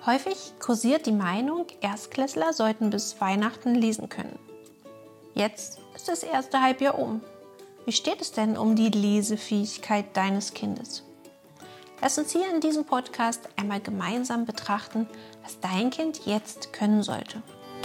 Häufig kursiert die Meinung, Erstklässler sollten bis Weihnachten lesen können. Jetzt ist das erste Halbjahr um. Wie steht es denn um die Lesefähigkeit deines Kindes? Lass uns hier in diesem Podcast einmal gemeinsam betrachten, was dein Kind jetzt können sollte.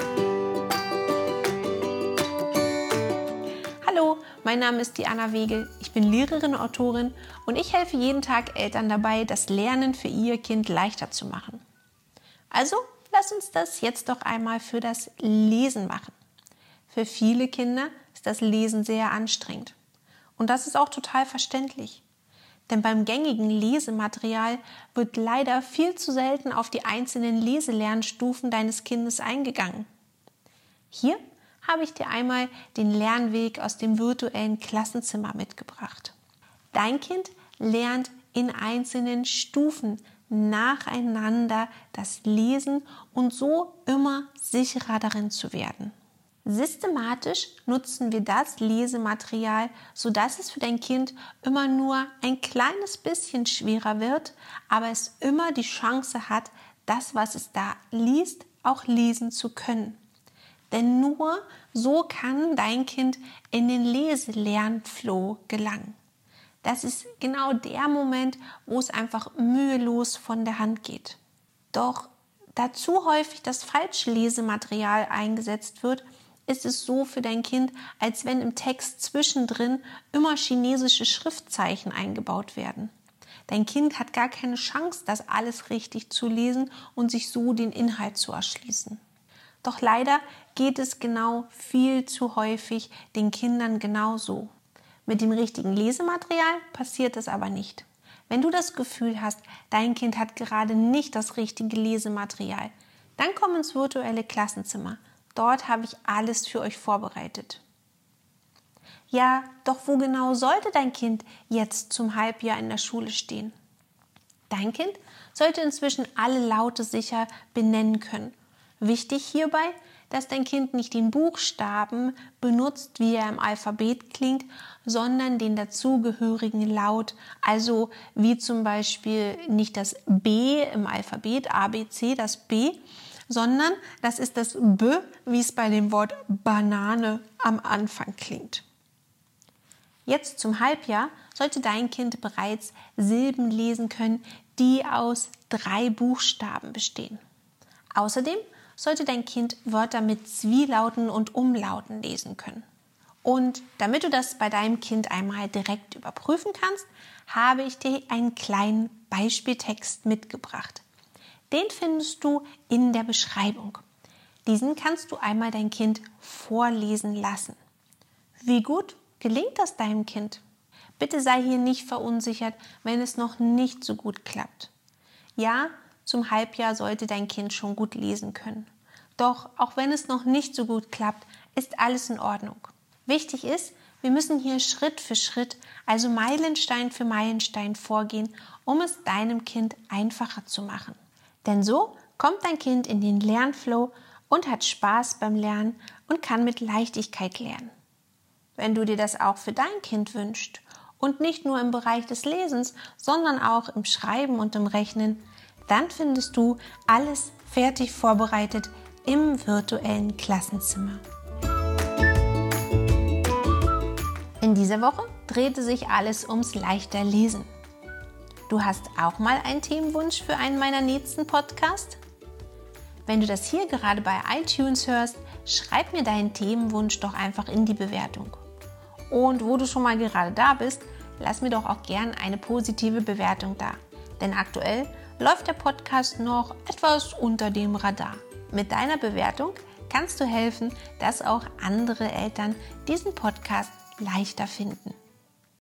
Hallo, mein Name ist Diana Wegel, ich bin Lehrerin und Autorin und ich helfe jeden Tag Eltern dabei, das Lernen für ihr Kind leichter zu machen. Also, lass uns das jetzt doch einmal für das Lesen machen. Für viele Kinder ist das Lesen sehr anstrengend. Und das ist auch total verständlich. Denn beim gängigen Lesematerial wird leider viel zu selten auf die einzelnen Leselernstufen deines Kindes eingegangen. Hier habe ich dir einmal den Lernweg aus dem virtuellen Klassenzimmer mitgebracht. Dein Kind lernt in einzelnen Stufen nacheinander das Lesen und so immer sicherer darin zu werden. Systematisch nutzen wir das Lesematerial, sodass es für dein Kind immer nur ein kleines bisschen schwerer wird, aber es immer die Chance hat, das, was es da liest, auch lesen zu können. Denn nur so kann dein Kind in den Leselernflow gelangen. Das ist genau der Moment, wo es einfach mühelos von der Hand geht. Doch da zu häufig das falsche Lesematerial eingesetzt wird, ist es so für dein Kind, als wenn im Text zwischendrin immer chinesische Schriftzeichen eingebaut werden. Dein Kind hat gar keine Chance, das alles richtig zu lesen und sich so den Inhalt zu erschließen. Doch leider geht es genau viel zu häufig den Kindern genauso. Mit dem richtigen Lesematerial passiert es aber nicht. Wenn du das Gefühl hast, dein Kind hat gerade nicht das richtige Lesematerial, dann komm ins virtuelle Klassenzimmer. Dort habe ich alles für euch vorbereitet. Ja, doch wo genau sollte dein Kind jetzt zum Halbjahr in der Schule stehen? Dein Kind sollte inzwischen alle Laute sicher benennen können. Wichtig hierbei, dass dein Kind nicht den Buchstaben benutzt, wie er im Alphabet klingt, sondern den dazugehörigen Laut, also wie zum Beispiel nicht das B im Alphabet, A, B, C, das B, sondern das ist das B, wie es bei dem Wort Banane am Anfang klingt. Jetzt zum Halbjahr sollte dein Kind bereits Silben lesen können, die aus 3 Buchstaben bestehen. Außerdem sollte dein Kind Wörter mit Zwielauten und Umlauten lesen können. Und damit du das bei deinem Kind einmal direkt überprüfen kannst, habe ich dir einen kleinen Beispieltext mitgebracht. Den findest du in der Beschreibung. Diesen kannst du einmal dein Kind vorlesen lassen. Wie gut gelingt das deinem Kind? Bitte sei hier nicht verunsichert, wenn es noch nicht so gut klappt. Ja, zum Halbjahr sollte dein Kind schon gut lesen können. Doch auch wenn es noch nicht so gut klappt, ist alles in Ordnung. Wichtig ist, wir müssen hier Schritt für Schritt, also Meilenstein für Meilenstein vorgehen, um es deinem Kind einfacher zu machen. Denn so kommt dein Kind in den Lernflow und hat Spaß beim Lernen und kann mit Leichtigkeit lernen. Wenn du dir das auch für dein Kind wünschst und nicht nur im Bereich des Lesens, sondern auch im Schreiben und im Rechnen, dann findest du alles fertig vorbereitet im virtuellen Klassenzimmer. In dieser Woche drehte sich alles ums leichter Lesen. Du hast auch mal einen Themenwunsch für einen meiner nächsten Podcasts? Wenn du das hier gerade bei iTunes hörst, schreib mir deinen Themenwunsch doch einfach in die Bewertung. Und wo du schon mal gerade da bist, lass mir doch auch gern eine positive Bewertung da. Denn aktuell läuft der Podcast noch etwas unter dem Radar. Mit deiner Bewertung kannst du helfen, dass auch andere Eltern diesen Podcast leichter finden.